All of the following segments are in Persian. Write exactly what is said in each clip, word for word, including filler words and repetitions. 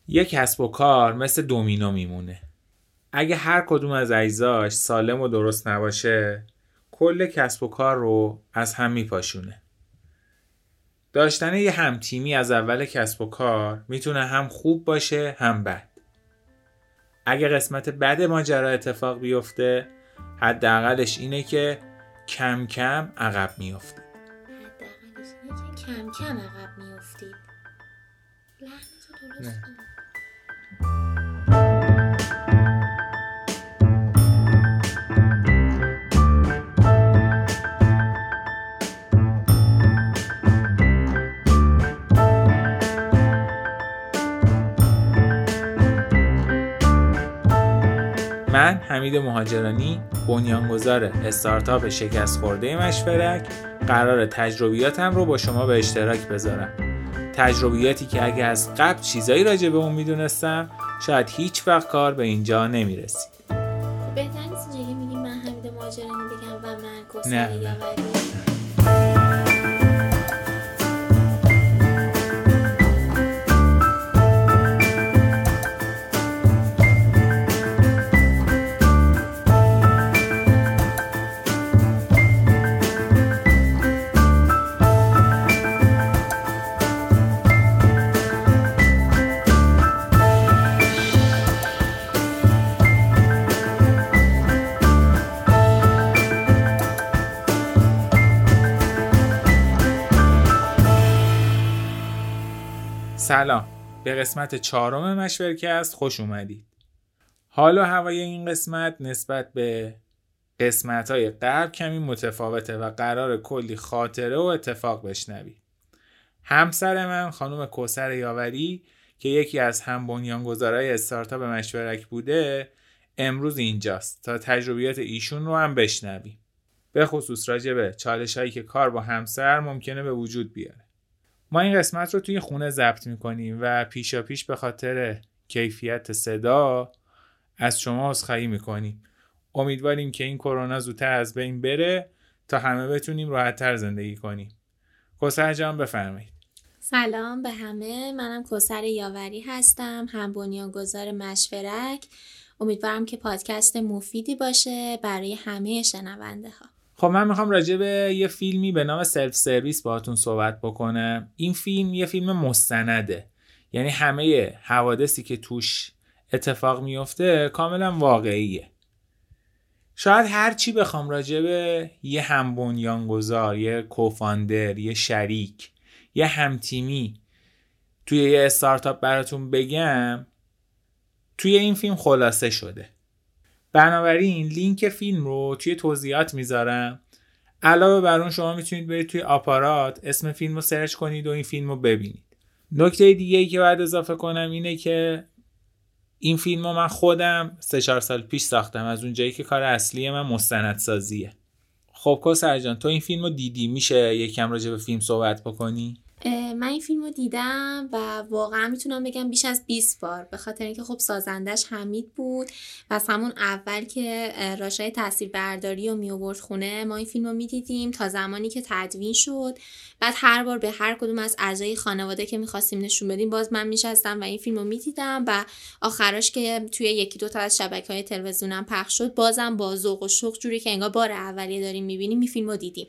یک کسب و کار مثل دومینو میمونه. اگه هر کدوم از اجزاش سالم و درست نباشه، کل کسب و کار رو از هم میپاشونه. داشتن یه همتیمی از اول کسب و کار میتونه هم خوب باشه هم بد. اگه قسمت بد ماجرا اتفاق بیفته، حداقلش اینه که کم کم عقب میافتید. حداقلش اینه که کم کم عقب میافتید. لحنتو درست کن. من حمید مهاجرانی، بنیانگذار استارتاپ شکست خورده مشورک، قرار تجربیاتم رو با شما به اشتراک بذارم. تجربیاتی که اگه از قبل چیزایی راجع به اون میدونستم، شاید هیچ وقت کار به اینجا نمیرسید. بهتر نیست اینجا میگیم من حمید مهاجرانی بگم و من کوثر یاوری. سلام، به قسمت چهارم مشورکست خوش اومدید. حال و هوای این قسمت نسبت به قسمت‌های قبل کمی متفاوته و قرار کلی خاطره و اتفاق بشنوید. همسر من خانم کوثر یاوری که یکی از هم بنیانگذارای استارتاپ مشورک بوده، امروز اینجاست تا تجربیات ایشون رو هم بشنویم. به خصوص راجع به چالش‌هایی که کار با همسر ممکنه به وجود بیاره. ما این قسمت رو توی خونه ضبط میکنیم و پیشا پیش به خاطر کیفیت صدا از شما عذرخواهی میکنیم. امیدواریم که این کرونا زودتر از بین بره تا همه بتونیم راحت‌تر زندگی کنیم. کوثر جان بفرمایید. سلام به همه، منم کوثر یاوری هستم، هم بنیانگذار مشورک. امیدوارم که پادکست مفیدی باشه برای همه شنونده ها. خب من میخوام راجع به یه فیلمی به نام سلف سرویس باهاتون صحبت بکنم. این فیلم یه فیلم مستنده، یعنی همه حوادثی که توش اتفاق میفته کاملا واقعیه. شاید هر چی بخوام راجع به یه هم بنیانگذار، یه کوفاندر، یه شریک، یه همتیمی توی یه استارتاپ براتون بگم، توی این فیلم خلاصه شده. بنابراین لینک فیلم رو توی توضیحات میذارم. علاوه بر اون شما میتونید برید توی آپارات اسم فیلم رو سرچ کنید و این فیلم رو ببینید. نکته دیگه ای که باید اضافه کنم اینه که این فیلم رو من خودم سه چهار سال پیش ساختم، از اونجایی که کار اصلی من مستندسازیه. خب کوثر جان، تو این فیلم رو دیدی، میشه یکم راجع به فیلم صحبت بکنی؟ من این فیلم رو دیدم و واقعا میتونم بگم بیش از بیست بار، به خاطر اینکه خب سازندش حمید بود و از همون اول که راشای تصویر برداری رو می آورد خونه ما این فیلم رو میدیدیم تا زمانی که تدوین شد. بعد هر بار به هر کدوم از اعضای خانواده که میخواستیم نشون بدیم باز من میشستم و این فیلم رو میدیدم و آخرش که توی یکی دو تا از شبکه‌های تلویزیونم پخش شد بازم با ذوق و شوق، جوری که انگار بار اولیه داریم میبینیم، این فیلم رو دیدیم.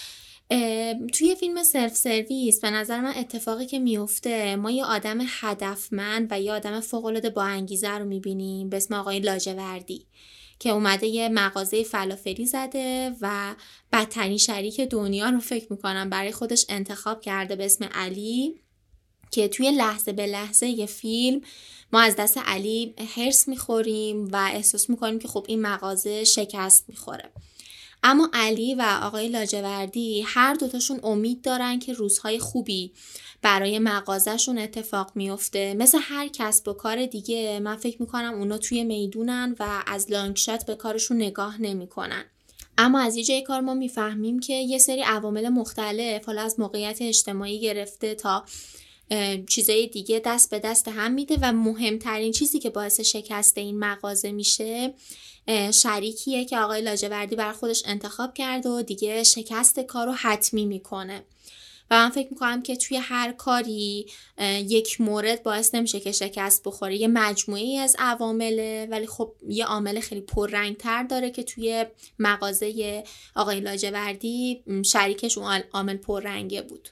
توی فیلم سلف سرویس به نظر من اتفاقی که میفته، ما یه آدم هدفمند و یه آدم فوق‌العاده با انگیزه رو میبینیم به اسم آقای لاجوردی که اومده یه مغازه فلافلی زده و بدترین شریک دنیا رو فکر میکنم برای خودش انتخاب کرده به اسم علی، که توی لحظه به لحظه یه فیلم ما از دست علی هرس میخوریم و احساس میکنیم که خب این مغازه شکست میخوره. اما علی و آقای لاجوردی هر دوتاشون امید دارن که روزهای خوبی برای مغازه‌شون اتفاق میفته. مثل هر کسب و کار دیگه من فکر میکنم اونا توی میدونن و از لانگ شات به کارشون نگاه نمیکنن. اما از یه جای کار ما میفهمیم که یه سری عوامل مختلف، حالا از موقعیت اجتماعی گرفته تا چیزای دیگه، دست به دست هم میده و مهمترین چیزی که باعث شکست این مغازه میشه شریکیه که آقای لاجوردی بر خودش انتخاب کرد و دیگه شکست کارو حتمی میکنه. و من فکر میکنم که توی هر کاری یک مورد باعث نمیشه که شکست بخوره، یه مجموعی از عوامله، ولی خب یه عامل خیلی پررنگ‌تر داره که توی مغازه آقای لاجوردی شریکش اون عامل پررنگه بود.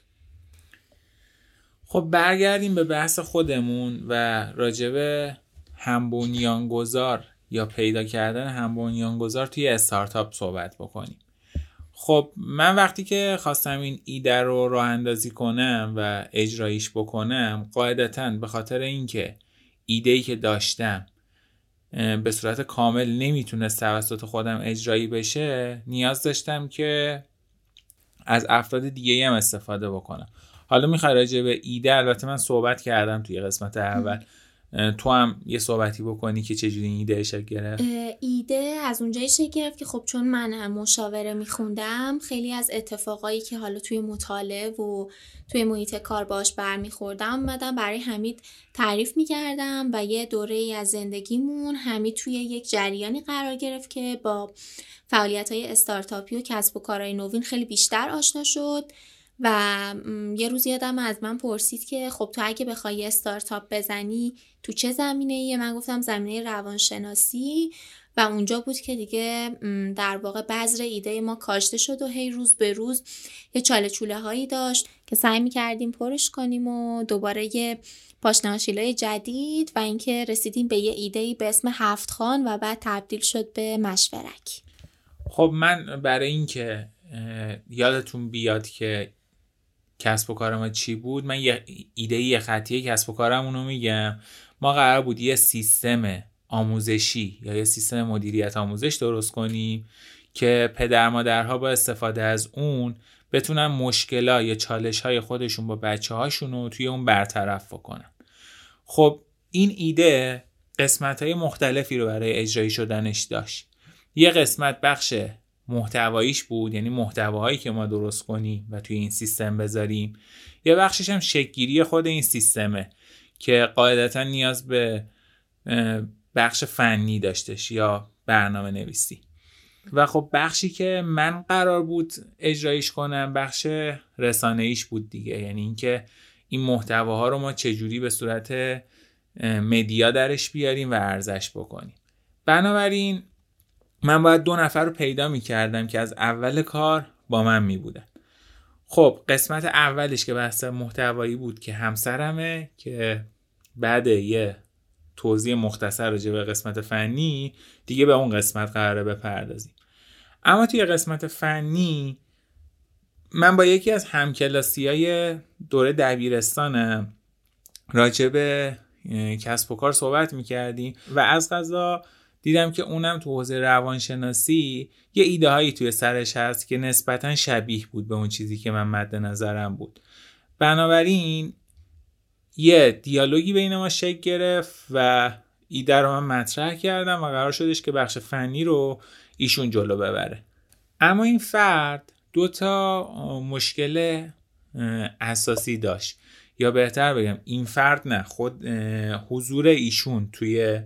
خب برگردیم به بحث خودمون و راجب همبنیانگذار یا پیدا کردن همبنیانگذار توی استارتاپ صحبت بکنیم. خب من وقتی که خواستم این ایده رو راه اندازی کنم و اجرایش بکنم، قاعدتاً به خاطر اینکه ایده‌ای که داشتم به صورت کامل نمیتونست توسط خودم اجرایی بشه، نیاز داشتم که از افراد دیگه‌ای هم استفاده بکنم. حالا میخوای راجع به ایده، البته من صحبت کردم توی قسمت اول، تو هم یه صحبتی بکنی که چجوری این ایده شکل گرفت. ایده از اونجایی شکل گرفت که خب چون من مشاوره میخوندم، خیلی از اتفاقایی که حالا توی مطالعه و توی محیط کار باش برمیخوردم اومدم برای حمید تعریف میکردم و یه دوره از زندگیمون حمید توی یک جریانی قرار گرفت که با فعالیت‌های استارتاپی و کسب و کارهای نوین خیلی بیشتر آشنا شد و یه روز یادم از من پرسید که خب تو اگه بخوای استارتاپ بزنی تو چه زمینه‌ایه؟ من گفتم زمینه روانشناسی و اونجا بود که دیگه در واقع بذر ایده ما کاشته شد و هی روز به روز یه چاله چوله هایی داشت که سعی می‌کردیم پرش کنیم و دوباره یه پاشنه‌آشیلای جدید و اینکه رسیدیم به یه ایده‌ای به اسم هفت خان و بعد تبدیل شد به مشورک. خب من برای اینکه یادتون بیاد که کسب و کار ما چی بود، من یه ایده یه خطیه کسب و کارمون رو میگم. ما قرار بود یه سیستم آموزشی یا یه سیستم مدیریت آموزش درست کنیم که پدر مادرها با استفاده از اون بتونن مشکلات یا چالش‌های خودشون با بچه‌هاشون رو توی اون برطرف بکنن. خب این ایده قسمت‌های مختلفی رو برای اجرایی شدنش داشت. یه قسمت بخش محتواییش بود، یعنی محتواهایی که ما درست کنیم و توی این سیستم بذاریم. یه بخشش هم شکل‌گیری خود این سیستمه که قاعدتا نیاز به بخش فنی داشتش یا برنامه نویسی. و خب بخشی که من قرار بود اجرایش کنم بخش رسانه‌ایش بود دیگه، یعنی اینکه این محتواها رو ما چجوری به صورت مدیا درش بیاریم و ارزش بکنیم. بنابراین من باید دو نفر رو پیدا می کردم که از اول کار با من می بودن. خب قسمت اولش که بحث محتوایی بود که همسرمه، که بعد یه توضیح مختصر راجع به قسمت فنی دیگه به اون قسمت قراره بپردازیم. اما توی قسمت فنی من با یکی از همکلاسیای دوره دبیرستانم راجع به کسب و کار صحبت می کردیم و از قضا دیدم که اونم تو حوزه روانشناسی یه ایده هایی توی سرش هست که نسبتاً شبیه بود به اون چیزی که من مد نظرم بود. بنابراین یه دیالوگی بین ما شکل گرفت و ایده رو من مطرح کردم و قرار شدش که بخش فنی رو ایشون جلو ببره. اما این فرد دو تا مشکل اساسی داشت، یا بهتر بگم این فرد نه، خود حضور ایشون توی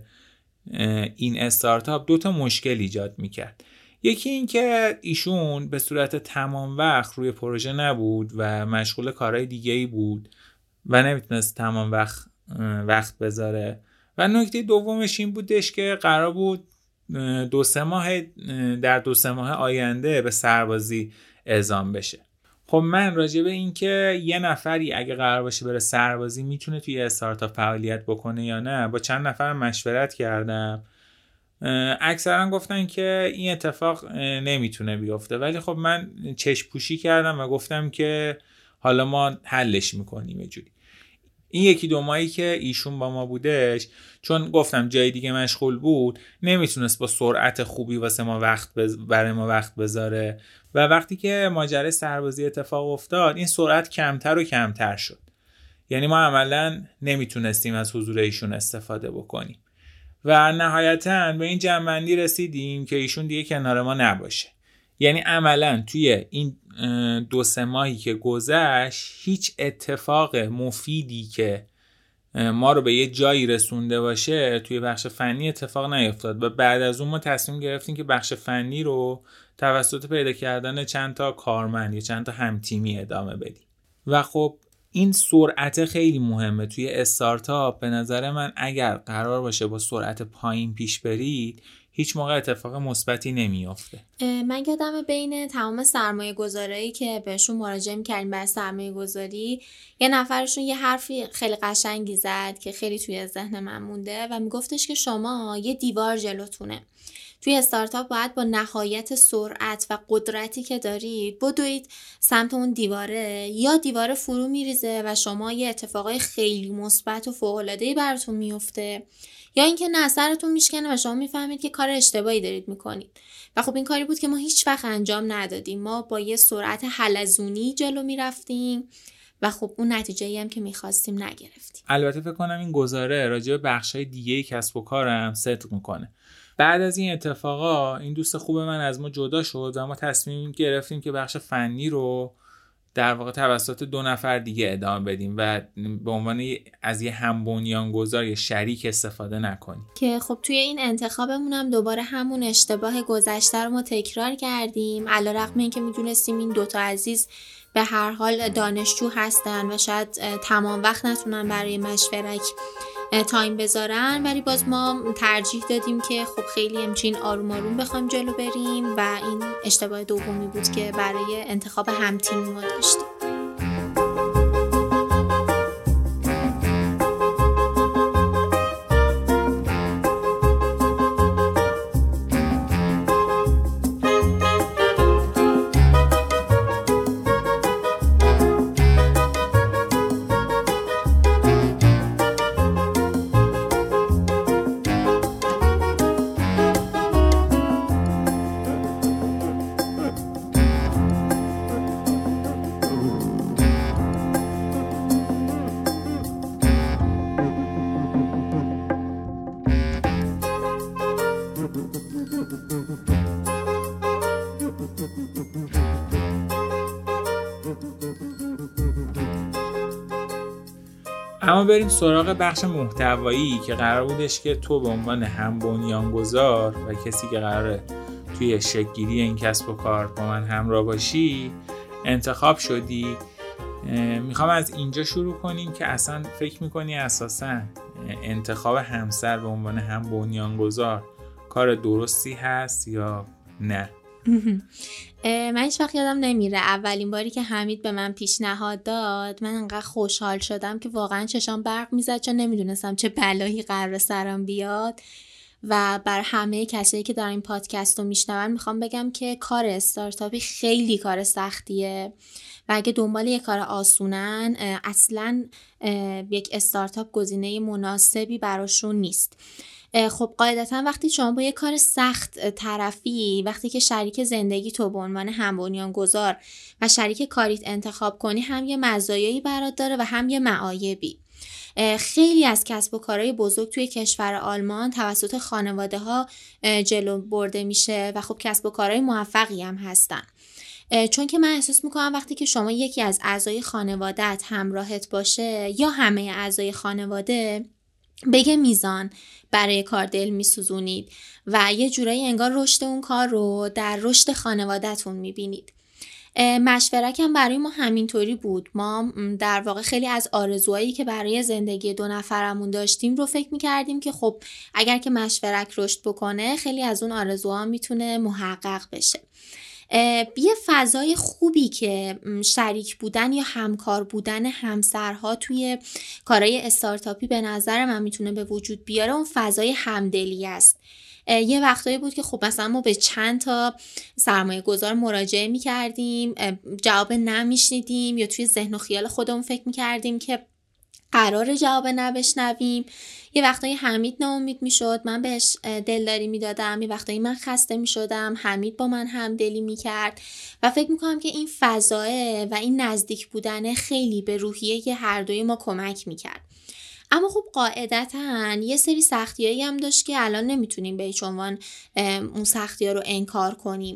این استارتاپ دو تا مشکل ایجاد میکرد. یکی این که ایشون به صورت تمام وقت روی پروژه نبود و مشغول کارهای دیگه‌ای بود و نمیتونست تمام وقت وقت بذاره. و نکته دومش این بودش که قرار بود دو سه ماه در دو سه ماه آینده به سربازی اعزام بشه. خب من راجع به این که یه نفری اگه قرار باشه بره سربازی میتونه توی استارتاپ فعالیت بکنه یا نه با چند نفر مشورت کردم. اکثرا گفتن که این اتفاق نمیتونه بیفته، ولی خب من چشم پوشی کردم و گفتم که حالا ما حلش میکنیم. جوری این یکی دو ماهی که ایشون با ما بودش، چون گفتم جای دیگه مشغول بود، نمیتونست با سرعت خوبی واسه ما وقت بز... برای ما وقت بذاره و وقتی که ماجرای سربازی اتفاق افتاد این سرعت کمتر و کمتر شد. یعنی ما عملاً نمیتونستیم از حضور ایشون استفاده بکنیم و نهایتاً به این جمع‌بندی رسیدیم که ایشون دیگه کنار ما نباشه. یعنی عملاً توی این دو سه ماهی که گذشت هیچ اتفاق مفیدی که ما رو به یه جایی رسونده باشه توی بخش فنی اتفاق نیفتاد و بعد از اون ما تصمیم گرفتیم که بخش فنی رو توسط پیدا کردن چند تا کارمند یا چند تا همتیمی ادامه بدیم. و خب این سرعت خیلی مهمه توی استارتاپ. به نظر من اگر قرار باشه با سرعت پایین پیش برید هیچ موقع اتفاق مثبتی نمیافته. من یادم بین تمام سرمایه گذارایی که بهشون مراجعه می‌کردیم برای سرمایه گذاری، یه نفرشون یه حرفی خیلی قشنگی زد که خیلی توی ذهن من مونده و میگفتش که شما یه دیوار جلوتونه. توی استارتاپ باید با نهایت سرعت و قدرتی که دارید بدوید سمت اون دیواره، یا دیواره فرو میریزه و شما یه اتفاقای خیلی مثبت و فوق‌العاده‌ای براتون میفته، یا اینکه نه سرتون میشکنه و شما میفهمید که کار اشتباهی دارید میکنید. و خب این کاری بود که ما هیچ وقت انجام ندادیم. ما با یه سرعت حلزونی جلو میرفتیم و خب اون نتیجه‌ای هم که میخواستیم نگرفتیم. البته فکر کنم این گزاره راجع به بخشای دیگه کسب و کارم صدق میکنه. بعد از این اتفاقا این دوست خوب من از ما جدا شد و ما تصمیم گرفتیم که بخش فنی رو در واقع توسط دو نفر دیگه ادامه بدیم و به عنوان از یه هم بنیانگذار یا شریک استفاده نکنیم. که خب توی این انتخابمون هم دوباره همون اشتباه گذشته رو ما تکرار کردیم، علیرغم اینکه میدونستیم این دوتا عزیز به هر حال دانشجو هستن و شاید تمام وقت نتونن برای مشورت تایم بذارن، ولی باز ما ترجیح دادیم که خب خیلی همچین آروم آروم بخوایم جلو بریم و این اشتباه دومی بود که برای انتخاب هم تیمی ما داشتیم. اما بریم سراغ بخش محتوایی که قرار بودش که تو به عنوان هم بنیانگذار و کسی که قراره توی شکل‌گیری این کسب و کار با من همراه باشی انتخاب شدی. میخوام از اینجا شروع کنیم که اصلا فکر میکنی اساساً انتخاب همسر به عنوان هم بنیانگذار کار درستی هست یا نه؟ من هیچ وقت یادم نمیره اولین باری که حمید به من پیشنهاد داد من انقدر خوشحال شدم که واقعا چشام برق میزد، چون نمیدونستم چه بلایی قرار سرم بیاد. و بر همه کسایی که دارن این پادکست رو میشنون میخوام بگم که کار استارتاپی خیلی کار سختیه و اگه دنبال یک کار آسونن اصلا یک استارتاپ گزینه مناسبی براشون نیست. خب قاعدتا وقتی شما با یه کار سخت طرفی، وقتی که شریک زندگی تو به عنوان هم بنیانگذار و شریک کاریت انتخاب کنی، هم یه مزایایی برات داره و هم یه معایبی. خیلی از کسب و کارهای بزرگ توی کشور آلمان توسط خانواده ها جلو برده میشه و خب کسب و کارهای موفقی هم هستن. چون که من احساس میکنم وقتی که شما یکی از اعضای خانواده‌ات همراهت باشه یا همه اعضای خانواده، بگه میزان برای کار دل میسوزونید و یه جورایی انگار رشد اون کار رو در رشد خانواده‌تون میبینید. مشورت هم برای ما همینطوری بود. ما در واقع خیلی از آرزوهایی که برای زندگی دو نفرمون داشتیم رو فکر میکردیم که خب اگر که مشورت رشد بکنه خیلی از اون آرزوها میتونه محقق بشه. یه فضای خوبی که شریک بودن یا همکار بودن همسرها توی کارهای استارتاپی به نظر من میتونه به وجود بیاره اون فضای همدلی است. یه وقتایی بود که خب مثلا ما به چند تا سرمایه گذار مراجعه میکردیم، جواب نمیشنیدیم یا توی ذهن و خیال خودمون فکر میکردیم که قرار جواب نبشنویم. یه وقتایی حمید ناامید میشد، من بهش دلداری میدادم. یه وقتایی من خسته میشدم، حمید با من همدلی میکرد و فکر میکنم که این فضاه و این نزدیک بودن خیلی به روحیه هر دوی ما کمک میکرد. اما خب قاعدتاً یه سری سختیایی هم داشت که الان نمیتونیم به هیچ عنوان اون سختی‌ها رو انکار کنیم.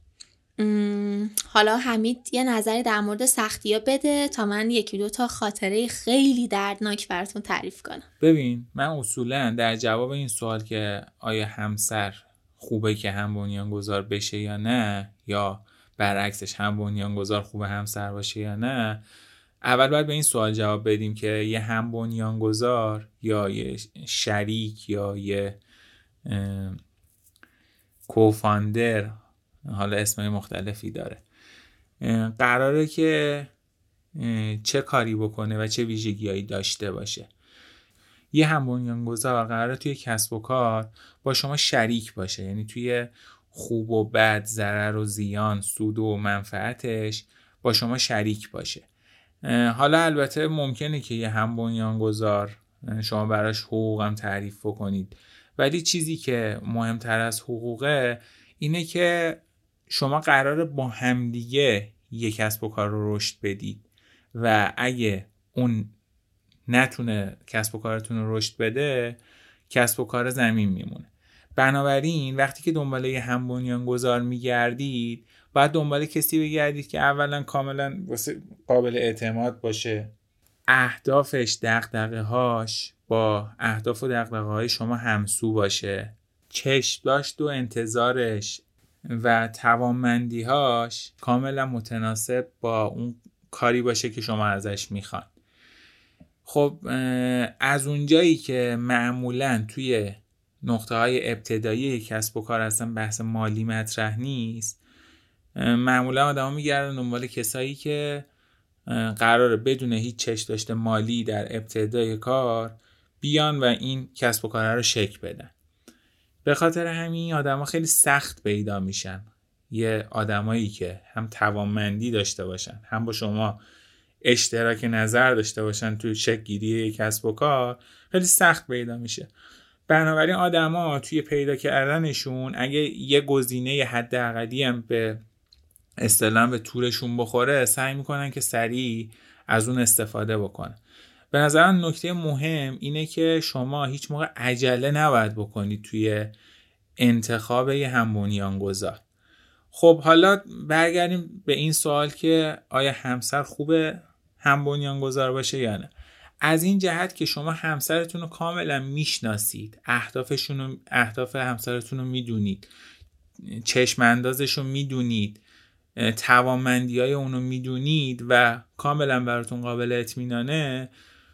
حالا حمید یه نظری در مورد سختی‌ها بده تا من یکی دو تا خاطره خیلی دردناک براتون تعریف کنم. ببین، من اصولاً در جواب این سوال که آیا همسر خوبه که هم بنیانگذار بشه یا نه، یا برعکسش هم بنیانگذار خوبه همسر باشه یا نه، اول باید به این سوال جواب بدیم که یه هم بنیانگذار یا یه شریک یا یه کوفاندر، حالا اسمای مختلفی داره، قراره که چه کاری بکنه و چه ویژگی‌هایی داشته باشه. یه هم بنیانگذار قراره توی کسب و کار با شما شریک باشه، یعنی توی خوب و بد، ضرر و زیان، سود و منفعتش با شما شریک باشه. حالا البته ممکنه که یه هم بنیانگذار شما براش حقوقم تعریف کنید، ولی چیزی که مهمتر از حقوقه اینه که شما قراره با همدیگه یک کسب و کار رو رشد بدید و اگه اون نتونه کسب و کارتون رو رشد بده، کسب و کار زمین میمونه. بنابراین وقتی که دنبال یه هم بنیانگذار میگردید، باید دنبال کسی بگردید که اولا کاملا قابل اعتماد باشه، اهدافش، دغدغه‌هاش با اهداف و دغدغه‌های شما همسو باشه، چشم داشت و انتظارش و توانمندی‌هاش کاملا متناسب با اون کاری باشه که شما ازش میخوان. خب از اونجایی که معمولا توی نقطه‌های ابتدایی کسب و کار اصلا بحث مالی مطرح نیست، معمولا آدم‌ها میگردن دنبال کسایی که قراره بدون هیچ چش داشت مالی در ابتدای کار بیان و این کسب و کار رو شکل بدن. به خاطر همین آدم‌ها خیلی سخت پیدا میشن. یه آدمایی که هم توانمندی داشته باشن، هم با شما اشتراک نظر داشته باشن توی شکل گیری کسب و کار، خیلی سخت پیدا میشه. بنابراین آدما توی پیدا کردنشون اگه یه گزینه حداقلی هم به اصطلاح به تورشون بخوره، سعی میکنن که سریع از اون استفاده بکنن. به نظر من نکته مهم اینه که شما هیچ موقع عجله نباید بکنید توی انتخاب یه هم بنیانگذار. خب حالا برگردیم به این سوال که آیا همسر خوبه هم بنیانگذار باشه یا نه. از این جهت که شما همسرتون رو کاملا میشناسید، اهدافشون رو، اهداف همسرتون رو میدونید، چشم اندازش رو میدونید، توانمندی های اونو میدونید و کاملا براتون قابل اطمینانه،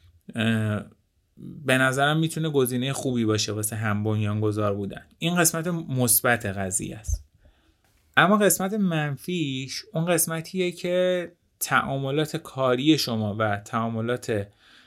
به نظرم میتونه گزینه خوبی باشه واسه هم بنیانگذار بودن. این قسمت مثبت قضیه است. اما قسمت منفیش اون قسمتیه که تعاملات کاری شما و تعاملات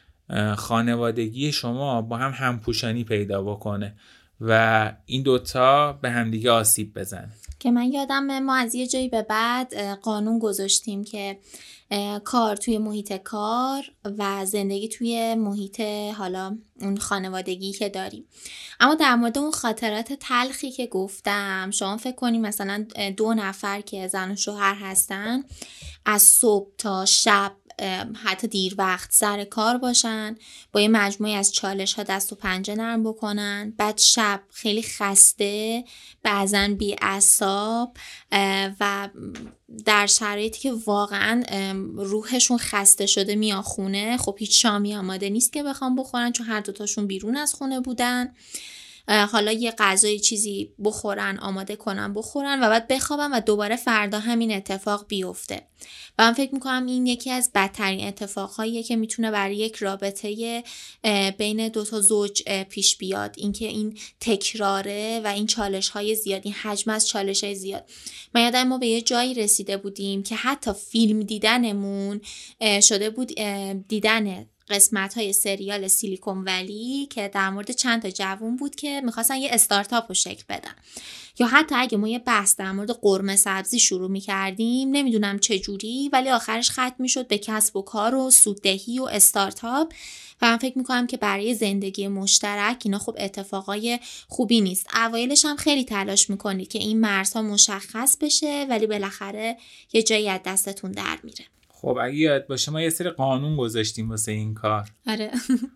خانوادگی شما با هم همپوشانی پیدا بکنه و این دوتا به همدیگه آسیب بزنه. که من یادم ما از یه جایی به بعد قانون گذاشتیم که کار توی محیط کار و زندگی توی محیط حالا اون خانوادگی که داریم. اما در مورد اون خاطرات تلخی که گفتم، شما فکر کنیم مثلا دو نفر که زن و شوهر هستن از صبح تا شب حتی دیر وقت سر کار باشن، با یه مجموعه از چالش ها دست و پنجه نرم بکنن، بعد شب خیلی خسته، بعضن بی اعصاب و در شرایطی که واقعا روحشون خسته شده میان خونه. خب هیچ شامی آماده نیست که بخوام بخورن چون هر دوتاشون بیرون از خونه بودن. حالا یه غذای چیزی بخورن، آماده کنن بخورن و بعد بخوابن و دوباره فردا همین اتفاق بیفته. و من فکر میکنم این یکی از بدترین اتفاقهاییه که میتونه برای یک رابطه بین دو تا زوج پیش بیاد، اینکه این تکراره و این چالش های زیاد، این حجم از چالش های زیاد. من یادم ما به یه جایی رسیده بودیم که حتی فیلم دیدنمون شده بود دیدن قسمت های سریال سیلیکون ولی که در مورد چند تا جوون بود که میخواستن یه استارتاپ رو شکل بدن. یا حتی اگه ما یه بحث در مورد قرمه سبزی شروع میکردیم، نمیدونم چجوری، ولی آخرش ختم میشد به کسب و کار و سوددهی و استارتاپ. و من فکر میکنم که برای زندگی مشترک اینا خب اتفاقای خوبی نیست. اوایلش هم خیلی تلاش میکنید که این مرزها مشخص بشه، ولی بالاخره یه جایی از دستتون در میره. خب اگه یاد باشه ما یه سری قانون گذاشتیم واسه این کار. آره.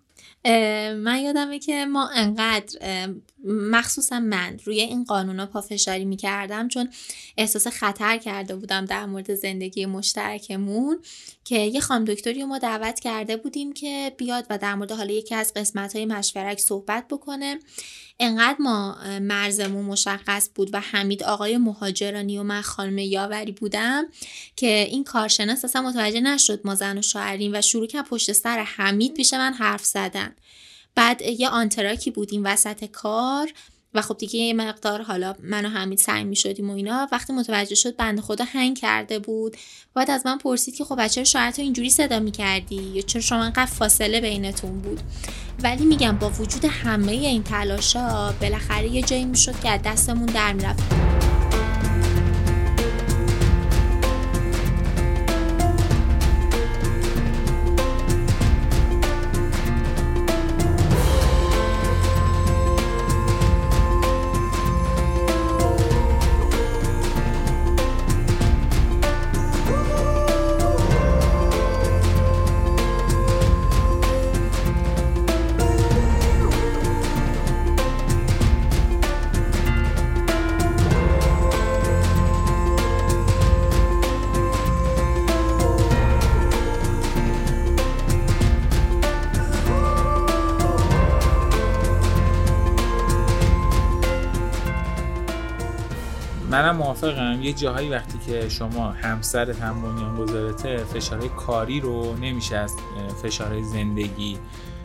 من یادمه که ما انقدر مخصوصا من روی این قانونا پافشاری میکردم چون احساس خطر کرده بودم در مورد زندگی مشترکمون که یه خانم دکتری ما دعوت کرده بودیم که بیاد و در مورد حالا یکی از قسمت‌های مشورک صحبت بکنه. انقدر ما مرزمون مشخص بود و حمید آقای مهاجرانی و من خانم یاوری بودم که این کارشناس اصلا متوجه نشد ما زن و شوهریم و شروع کرد پشت سر حمید پیش من حرف زدن. بعد یه آنتراکی بودیم وسط کار و خب دیگه یه مقدار حالا من و حمید سعی می‌شدیم و اینا. وقتی متوجه شد بنده خدا هنگ کرده بود، بعد از من پرسید که خب چرا شوهرتو اینجوری صدا می‌کردی یا چرا شما انقدر فاصله بینتون بود. ولی میگم با وجود همه این تلاشا بالاخره یه جایی میشد که از دستمون در میرفت. منم موافقم. یه جاهایی وقتی که شما همسرت هم بنیانگذارته فشارهای کاری رو نمیشه از فشارهای زندگی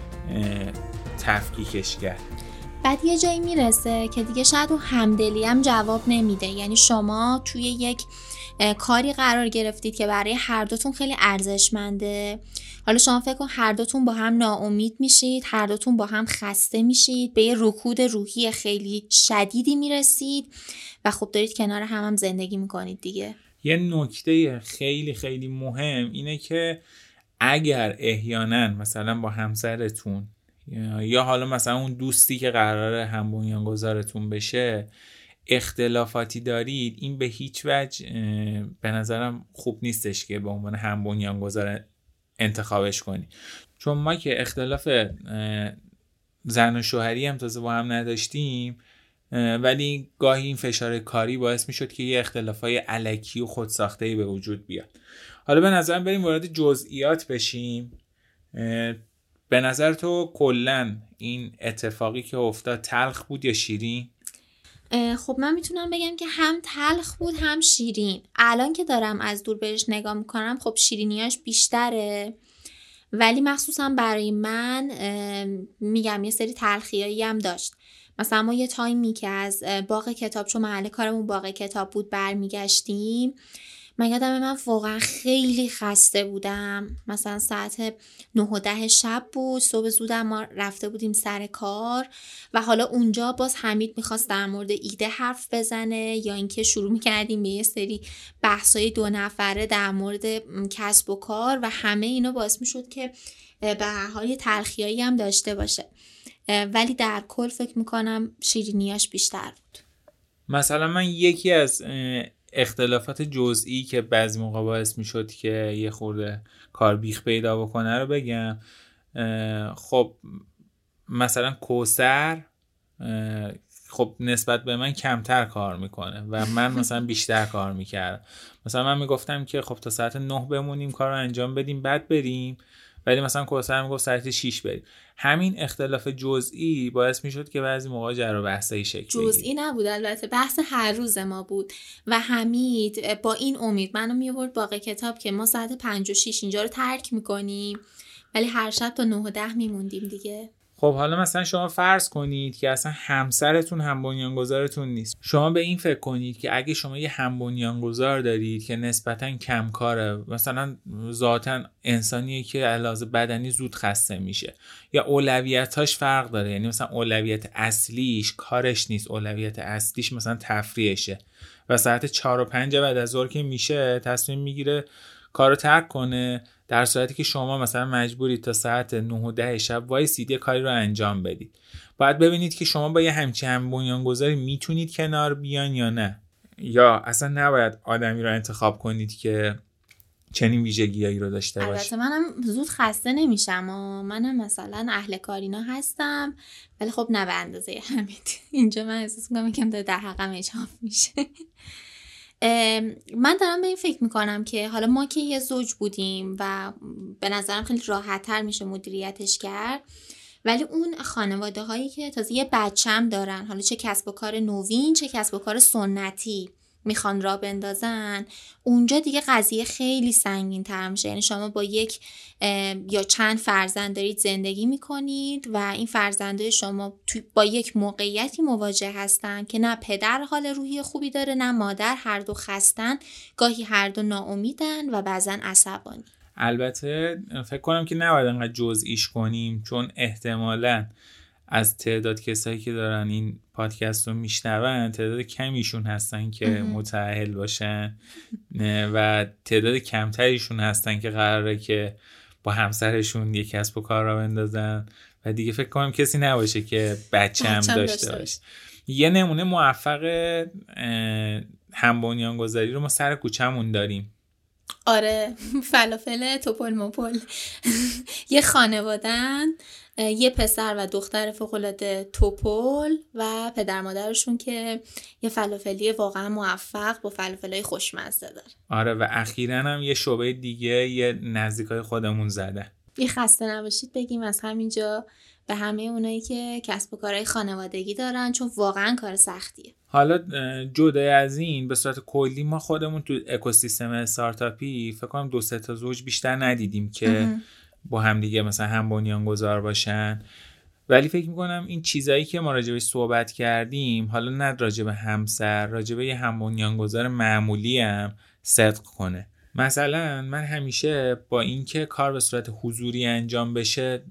تفکیکش کرد. بعد یه جایی میرسه که دیگه شاید اون همدلی هم جواب نمیده. یعنی شما توی یک کاری قرار گرفتید که برای هر دوتون خیلی ارزشمنده. حالا شما فکر کن هر دوتون با هم ناامید میشید، هر دوتون با هم خسته میشید، به یه رکود روحی خیلی شدیدی میرسید و خب دارید کنار هم هم زندگی میکنید دیگه. یه نکته خیلی خیلی مهم اینه که اگر احیانا مثلا با همسرتون یا حالا مثلا اون دوستی که قراره هم بنیانگذارتون بشه اختلافاتی دارید، این به هیچ وجه به نظرم خوب نیستش که به عنوان هم بنیانگذار انتخابش کنی. چون ما که اختلاف زن و شوهری هم تازه با هم نداشتیم، ولی گاهی این فشار کاری باعث می شد که یه اختلافای الکی و خودساخته‌ای به وجود بیاد. حالا به نظرم بریم وارد جزئیات بشیم. به نظر تو کلاً این اتفاقی که افتاد تلخ بود یا شیرین؟ خب من میتونم بگم که هم تلخ بود هم شیرین. الان که دارم از دور بهش نگاه میکنم خب شیرینیاش بیشتره، ولی مخصوصا برای من میگم یه سری تلخیایی هم داشت. مثلا ما یه تایمی که از باغ کتاب، چون محل کارمون باغ کتاب بود، برمیگشتیم، من یادم من واقعا خیلی خسته بودم. مثلا ساعت نه و ده شب بود، صبح زودم ما رفته بودیم سر کار و حالا اونجا باز حمید میخواست در مورد ایده حرف بزنه یا اینکه شروع میکردیم به یه سری بحثای دو نفره در مورد کسب و کار و همه اینا باعث میشد که به هر حال یه تلخیایی هم داشته باشه، ولی در کل فکر میکنم شیرینیاش بیشتر بود. مثلا من یکی از اختلافات جزئی که بعضی موقع باعث میشد که یه خورده کار بیخ پیدا بکنه رو بگم. خب مثلا کوثر خب نسبت به من کمتر کار میکنه و من مثلا بیشتر کار میکردم. مثلا من میگفتم که خب تا ساعت نه بمونیم کار رو انجام بدیم بعد بریم، ولی مثلا کوثر میگفت ساعت شش بریم. همین اختلاف جزئی باعث میشد که بعضی موقع جر و بحثایی شکل بگیره. جزئی نبود البته، بحث هر روز ما بود و حمید با این امید منو میآورد باغ کتاب که ما ساعت پنج و شش اینجا رو ترک میکنیم، ولی هر شب تا نه و ده میموندیم دیگه. خب حالا مثلا شما فرض کنید که اصلا همسرتون هم بنیانگذارتون نیست. شما به این فکر کنید که اگه شما یه هم بنیانگذار دارید که نسبتاً کمکاره، مثلا ذاتاً انسانیه که علاوه بدنی زود خسته میشه یا اولویتاش فرق داره، یعنی مثلا اولویت اصلیش کارش نیست، اولویت اصلیش مثلا تفریحشه و ساعت چهار و پنج بعد از ظهر که میشه تصمیم میگیره کارو ترک کنه، در صورتی که شما مثلا مجبورید تا ساعت نه و ده شب وایسید یه کاری رو انجام بدید. باید ببینید که شما با یه همچین هم بنیانگذاری میتونید کنار بیان یا نه، یا اصلا نباید آدمی رو انتخاب کنید که چنین ویژگیایی رو داشته باشه. البته منم زود خسته نمیشم و منم مثلا اهل کارینا هستم، ولی خب نه به اندازه حمید. اینجا من احساس میکنم یکم در حقم اجحاف میشه. من دارم به این فکر میکنم که حالا ما که یه زوج بودیم و به نظرم خیلی راحت تر میشه مدیریتش کرد، ولی اون خانواده هایی که تازه یه بچم دارن، حالا چه کسب و کار نوین چه کسب و کار سنتی میخوان را بندازن، اونجا دیگه قضیه خیلی سنگین تر میشه. یعنی شما با یک یا چند فرزند دارید زندگی میکنید و این فرزنده شما با یک موقعیتی مواجه هستن که نه پدر حال روحی خوبی داره نه مادر، هر دو خستن، گاهی هر دو ناامیدن و بعضن عصبانی. البته فکر کنم که نباید انقدر جزئیش کنیم، چون احتمالاً از تعداد کسایی که دارن این پادکست رو میشنون تعداد کمیشون هستن که متأهل باشن و تعداد کمتریشون هستن که قراره که با همسرشون یک کسب و کار را بندازن و دیگه فکر کنم کسی نباشه که بچه هم داشته باشه. یه نمونه موفق هم بنیانگذاری رو ما سر کوچمون داریم. آره، فلافل توپل موپل. یه خانوادن، یه پسر و دختر فوق‌العاده توپل و پدر مادرشون که یه فلافلی واقعا موفق با فلافلای خوشمزه داره. آره و اخیراً هم یه شعبه دیگه یه نزدیکای خودمون زده. یه خسته نباشید بگیم از همینجا به همه اونایی که کسب و کارهای خانوادگی دارن، چون واقعا کار سختیه. حالا جدا از این به صورت کلی ما خودمون تو اکوسیستم استارتاپی فکر کنم دو سه تا زوج بیشتر ندیدیم که با هم دیگه مثلا هم بنیانگذار باشن، ولی فکر میکنم این چیزایی که ما راجبش صحبت کردیم حالا نه راجب همسر، راجب یه هم بنیانگذار معمولی هم صدق کنه. مثلا من همیشه با اینکه کار به صورت حضوری انجام بشه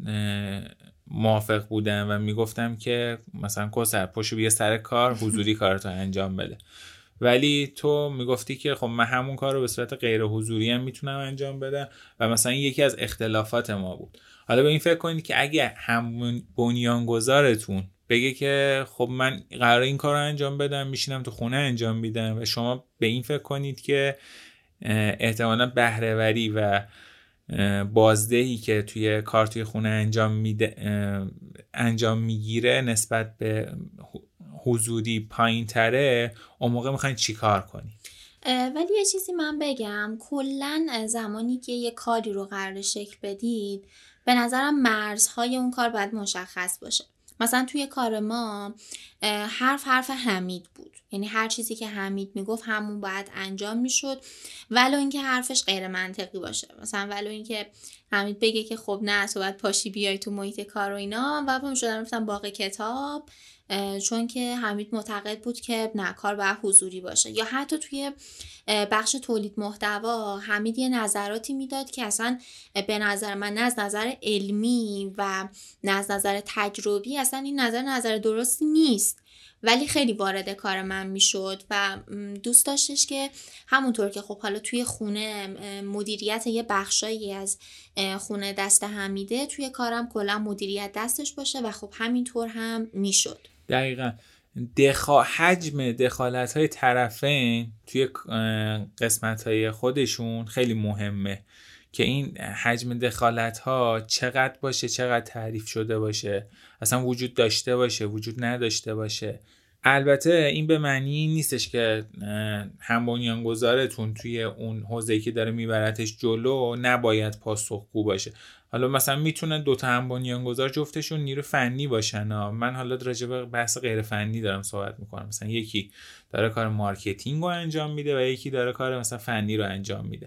موافق بودم و میگفتم که مثلا کوثر پشو بیا سر کار حضوری کارتو انجام بده، ولی تو میگفتی که خب من همون کار رو به صورت غیر حضوری هم میتونم انجام بدم و مثلا یکی از اختلافات ما بود. حالا به این فکر کنید که اگه همون بنیانگذارتون بگه که خب من قراره این کار رو انجام بدم میشینم تو خونه انجام میدم و شما به این فکر کنید که احتمالاً بهره‌وری و بازدهی که توی کار توی خونه انجام میده انجام میگیره نسبت به حضوری پایین تره، اون موقع میخواین چی کار کنی؟ ولی یه چیزی من بگم، کلن زمانی که یه کاری رو قرار شکل بدید به نظرم مرزهای اون کار باید مشخص باشه. مثلا توی کار ما حرف حرف حمید بود، یعنی هر چیزی که حمید میگفت همون باید انجام میشد، ولو اینکه حرفش غیر منطقی باشه. مثلا ولو اینکه حمید بگه که خب نه تو باید پاشی بیای تو محیط کار و اینا، و پا شدم رفتم باغ کتاب چون که حمید معتقد بود که نه کار باید حضوری باشه. یا حتی توی بخش تولید محتوا حمید یه نظراتی میداد که اصلا به نظر من نه از نظر علمی و نه از نظر تجربی اصلا این نظر نظر درستی نیست، ولی خیلی وارد کار من میشد و دوست داشتش که همونطور که خب حالا توی خونه مدیریت یه بخشایی از خونه دست حمیده، توی کارم کلا مدیریت دستش باشه و خب همینطور هم میشد. دقیقاً دخا... حجم دخالت‌های طرفین توی قسمت‌های خودشون خیلی مهمه که این حجم دخالت‌ها چقدر باشه، چقدر تعریف شده باشه، اصلا وجود داشته باشه، وجود نداشته باشه. البته این به معنی نیستش که هم بنیانگذارتون توی اون حوزه‌ای که داره میبرتش جلو نباید پاسخگو باشه. حالا مثلا میتونن دوتا هم بنیانگذار جفتشون نیرو فنی باشن ها. من حالا راجع به بحث غیر فنی دارم صحبت میکنم، مثلا یکی داره کار مارکتینگ رو انجام میده و یکی داره کار مثلا فنی رو انجام میده.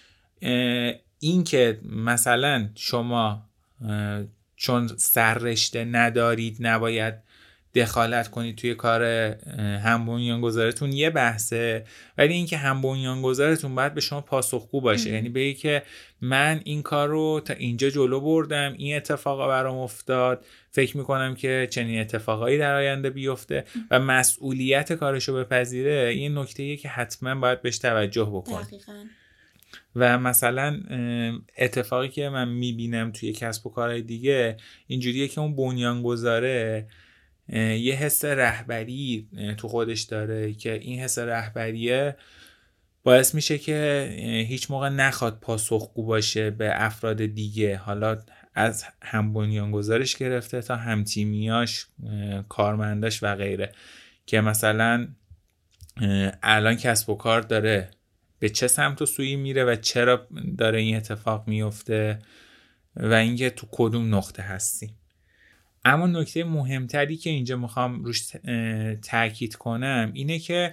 این که مثلا شما چون سررشته ندارید نباید دخالت کنید توی کار هم بنیانگذارتون یه بحثه، ولی اینکه هم بنیانگذارتون باید به شما پاسخگو باشه. یعنی بگی که من این کار رو تا اینجا جلو بردم، این اتفاقا برام افتاد، فکر میکنم که چنین اتفاقایی در آینده بیفته و مسئولیت کارشو بپذیره. این نکته‌ایه که حتما باید بهش توجه بکنید. دقیقاً. و مثلا اتفاقی که من میبینم توی کسب و کارهای دیگه اینجوریه که اون بنیانگذاره یه حس رهبری تو خودش داره که این حس رهبریه باعث میشه که هیچ موقع نخواد پاسخگو باشه به افراد دیگه، حالا از هم بنیانگذارش گرفته تا هم تیمیاش، کارمنداش و غیره، که مثلا الان کسب و کار داره به چه سمت و سویی میره و چرا داره این اتفاق میفته و اینکه تو کدوم نقطه هستی. اما نکته مهمتری که اینجا میخوام روش تاکید کنم اینه که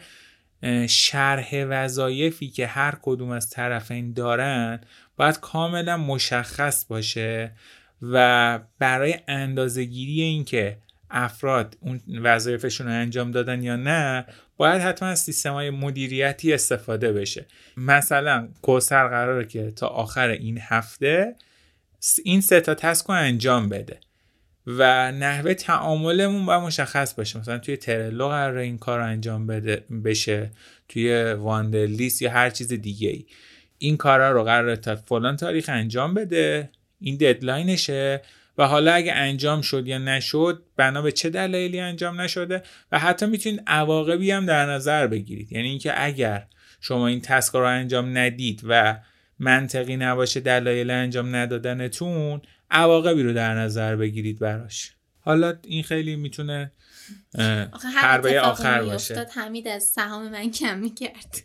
شرح وظایفی که هر کدوم از طرفین دارن باید کاملا مشخص باشه و برای اندازه‌گیری این که افراد اون وظایفشون رو انجام دادن یا نه باید حتما از سیستم‌های مدیریتی استفاده بشه. مثلا کوثر قراره که تا آخر این هفته این سه تا تسک رو انجام بده و نحوه تعاملمون باید مشخص باشه. مثلا توی ترلو قراره این کار رو انجام بده بشه، توی واندرلیست یا هر چیز دیگه ای این کارا رو قراره تا فلان تاریخ انجام بده، این ددلاینشه و حالا اگه انجام شد یا نشد بنا به چه دلایلی انجام نشده و حتی میتونید عواقبی هم در نظر بگیرید. یعنی اینکه اگر شما این تسک رو انجام ندید و منطقی نباشه دلایل انجام ندادنتون، عواقبی رو در نظر بگیرید براش. حالا این خیلی میتونه حربه آخر باشه. حمید از سهام من کم میکرد.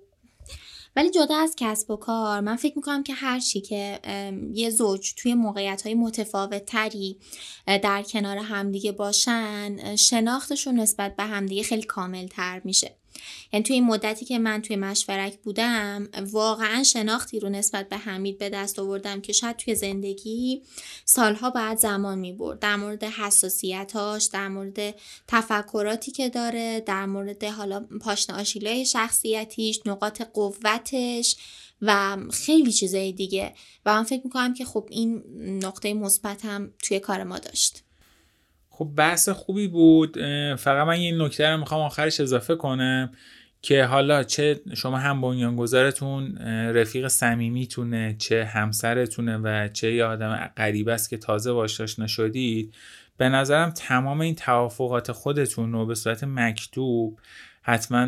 ولی جدا از کسب و کار من فکر میکنم که هر چی که یه زوج توی موقعیت‌های متفاوت تری در کنار همدیگه باشن، شناختشون نسبت به همدیگه خیلی کامل تر میشه. یعنی توی این مدتی که من توی مشورک بودم واقعا شناختی رو نسبت به حمید به دست آوردم که شاید توی زندگی سالها بعد زمان میبرد، در مورد حساسیتاش، در مورد تفکراتی که داره، در مورد حالا پاشنه آشیلای شخصیتیش، نقاط قوتش و خیلی چیزای دیگه. و من فکر میکنم که خب این نقطه مثبت هم توی کار ما داشت. خب بحث خوبی بود. فقط من یه نکته رو میخوام آخرش اضافه کنم که حالا چه شما هم بنیانگذارتون رفیق صمیمیتونه، چه همسرتونه و چه یه آدم غریبه است که تازه باهاش آشنا شدید، به نظرم تمام این توافقات خودتون رو به صورت مکتوب حتما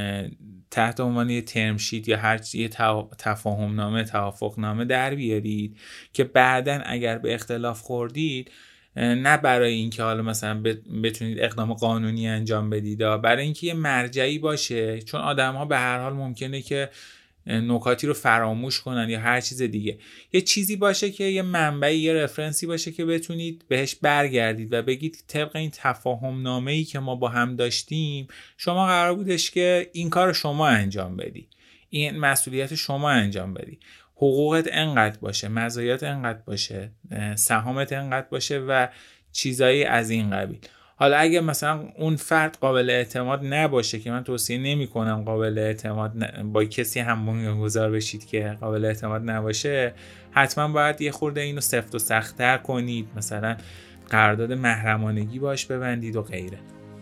تحت عنوان یه ترم شیت یا هر یه تفاهم نامه، توافق نامه در بیارید که بعداً اگر به اختلاف خوردید نه برای اینکه حالا مثلا بتونید اقدام قانونی انجام بدید، برای اینکه یه مرجعی باشه، چون آدم‌ها به هر حال ممکنه که نکاتی رو فراموش کنن یا هر چیز دیگه، یه چیزی باشه که یه منبعی، یه رفرنسی باشه که بتونید بهش برگردید و بگید طبق این تفاهم نامه‌ای که ما با هم داشتیم شما قرار بودش که این کار شما انجام بدی، این مسئولیت شما انجام بدی، حقوقت انقدر باشه، مزایات انقدر باشه، سهامت انقدر باشه و چیزایی از این قبیل. حالا اگه مثلا اون فرد قابل اعتماد نباشه، که من توصیه نمی کنم قابل اعتماد ن... با کسی هم بنیانگذار بشید که قابل اعتماد نباشه، حتما باید یه خورده اینو سفت و سخت‌تر کنید، مثلا قرارداد محرمانگی باش ببندید و غیره.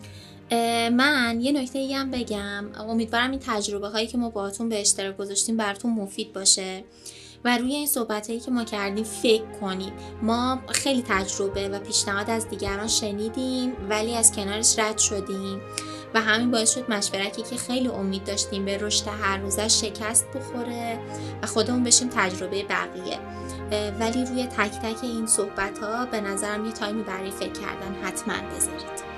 من یه نکته ای هم بگم، امیدوارم این تجربه هایی که ما باهاتون به اشتراک گذاشتیم براتون مفید باشه و روی این صحبت هایی که ما کردیم فکر کنید. ما خیلی تجربه و پیشنهاد از دیگران شنیدیم ولی از کنارش رد شدیم و همین باعث شد مشورکی که خیلی امید داشتیم به رشد هر روزه شکست بخوره و خودمون بشیم تجربه بقیه. ولی روی تک تک این صحبت ها به نظرم یه تایمی برای فکر کردن حتما بذارید.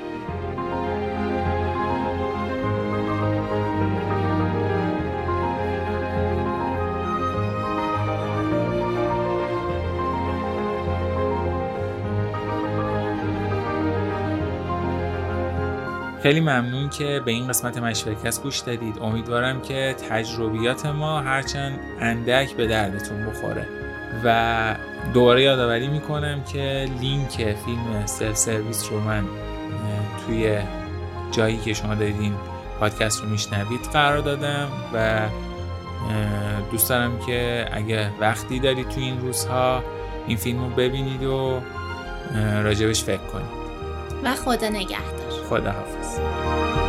خیلی ممنون که به این قسمت مشورکست گوش دادید. امیدوارم که تجربیات ما هرچند اندک به دردتون بخوره و دوباره یادآوری میکنم که لینک فیلم سلف سرویس رو من توی جایی که شما دارید پادکست رو میشنوید قرار دادم و دوست دارم که اگه وقتی دارید توی این روزها این فیلم رو ببینید و راجبش فکر کنید و خدا نگهدار. خدا حافظ.